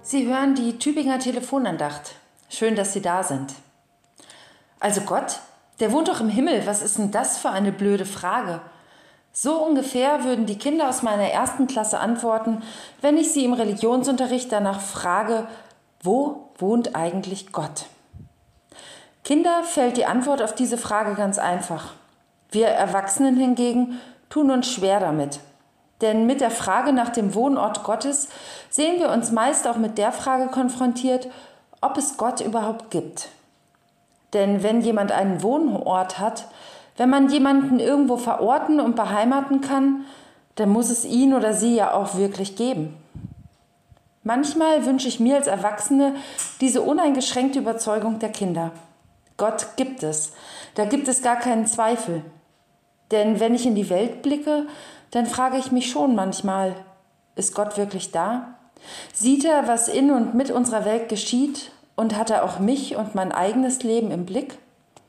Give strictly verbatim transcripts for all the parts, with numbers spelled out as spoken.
Sie hören die Tübinger Telefonandacht. Schön, dass Sie da sind. Also Gott, der wohnt doch im Himmel. Was ist denn das für eine blöde Frage? So ungefähr würden die Kinder aus meiner ersten Klasse antworten, wenn ich sie im Religionsunterricht danach frage, wo wohnt eigentlich Gott? Kinder fällt die Antwort auf diese Frage ganz einfach. Wir Erwachsenen hingegen tun uns schwer damit. Denn mit der Frage nach dem Wohnort Gottes sehen wir uns meist auch mit der Frage konfrontiert, ob es Gott überhaupt gibt. Denn wenn jemand einen Wohnort hat, wenn man jemanden irgendwo verorten und beheimaten kann, dann muss es ihn oder sie ja auch wirklich geben. Manchmal wünsche ich mir als Erwachsene diese uneingeschränkte Überzeugung der Kinder. Gott gibt es, da gibt es gar keinen Zweifel. Denn wenn ich in die Welt blicke, dann frage ich mich schon manchmal, ist Gott wirklich da? Sieht er, was in und mit unserer Welt geschieht und hat er auch mich und mein eigenes Leben im Blick?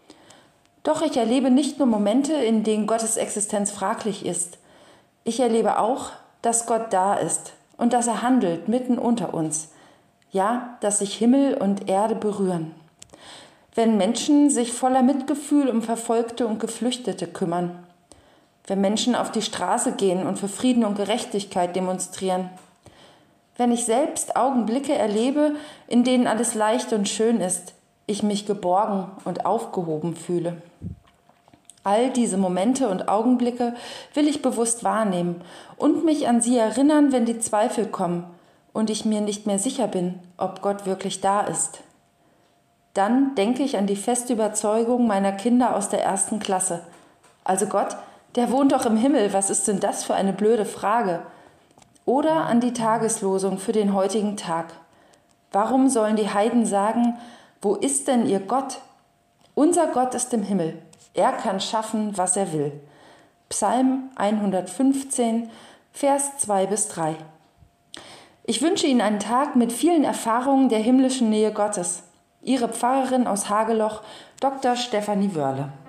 Doch ich erlebe nicht nur Momente, in denen Gottes Existenz fraglich ist. Ich erlebe auch, dass Gott da ist und dass er handelt mitten unter uns. Ja, dass sich Himmel und Erde berühren. Wenn Menschen sich voller Mitgefühl um Verfolgte und Geflüchtete kümmern. Wenn Menschen auf die Straße gehen und für Frieden und Gerechtigkeit demonstrieren. Wenn ich selbst Augenblicke erlebe, in denen alles leicht und schön ist, ich mich geborgen und aufgehoben fühle. All diese Momente und Augenblicke will ich bewusst wahrnehmen und mich an sie erinnern, wenn die Zweifel kommen und ich mir nicht mehr sicher bin, ob Gott wirklich da ist. Dann denke ich an die feste Überzeugung meiner Kinder aus der ersten Klasse. Also Gott, der wohnt doch im Himmel, was ist denn das für eine blöde Frage? Oder an die Tageslosung für den heutigen Tag. Warum sollen die Heiden sagen, wo ist denn ihr Gott? Unser Gott ist im Himmel. Er kann schaffen, was er will. Psalm hundertfünfzehn, Vers zwei bis drei. Ich wünsche Ihnen einen Tag mit vielen Erfahrungen der himmlischen Nähe Gottes. Ihre Pfarrerin aus Hageloch, Doktor Stefanie Wörle.